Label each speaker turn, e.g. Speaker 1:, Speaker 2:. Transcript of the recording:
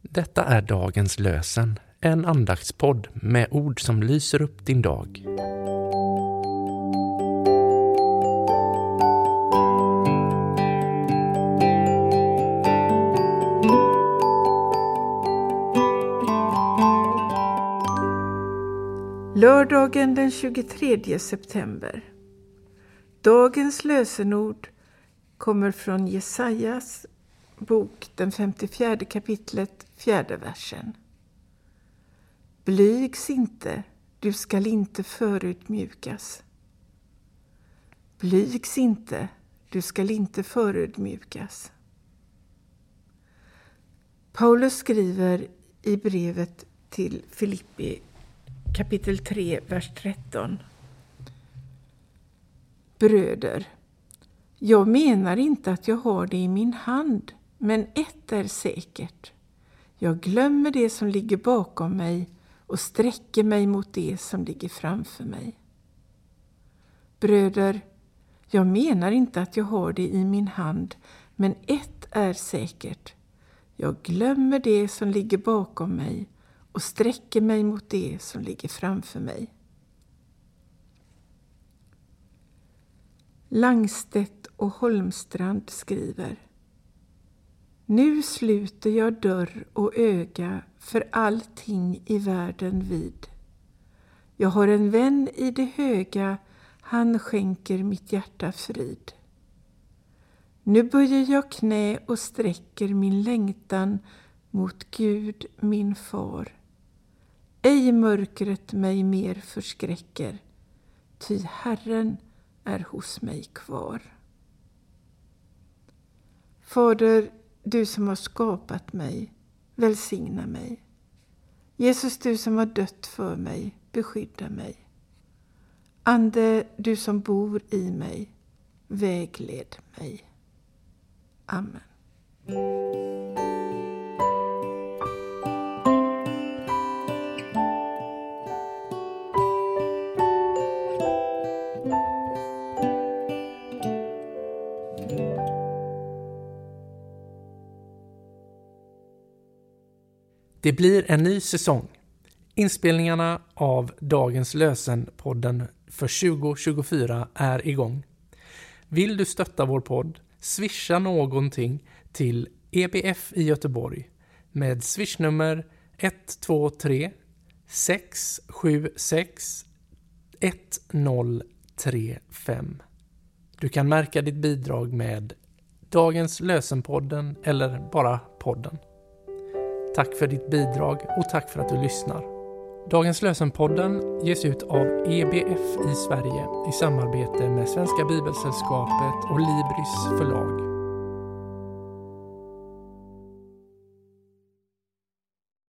Speaker 1: Detta är dagens lösen, en andaktspodd med ord som lyser upp din dag.
Speaker 2: Lördagen den 23 september. Dagens lösenord kommer från Jesajas bok, den 54 kapitlet, 4 versen. Blygs inte, du skall inte förödmjukas. Blygs inte, du skall inte förödmjukas. Paulus skriver i brevet till Filippi kapitel 3, vers 13. Bröder, jag menar inte att jag har det i min hand, men ett är säkert. Jag glömmer det som ligger bakom mig och sträcker mig mot det som ligger framför mig. Bröder, jag menar inte att jag har det i min hand, men ett är säkert. Jag glömmer det som ligger bakom mig och sträcker mig mot det som ligger framför mig. Langstedt och Holmstrand skriver: Nu sluter jag dörr och öga för allting i världen vid. Jag har en vän i det höga, han skänker mitt hjärta frid. Nu böjer jag knä och sträcker min längtan mot Gud min far. Ej mörkret mig mer förskräcker, ty Herren är hos mig kvar. Fader, du som har skapat mig, välsigna mig. Jesus, du som har dött för mig, beskydda mig. Ande, du som bor i mig, vägled mig. Amen.
Speaker 1: Det blir en ny säsong. Inspelningarna av dagens lösenpodden för 2024 är igång. Vill du stötta vår podd? Swisha någonting till EBF i Göteborg med swishnummer 123 676 1035. Du kan märka ditt bidrag med dagens lösenpodden eller bara podden. Tack för ditt bidrag och tack för att du lyssnar. Dagens lösenpodden ges ut av EBF i Sverige i samarbete med Svenska Bibelsällskapet och Libris förlag.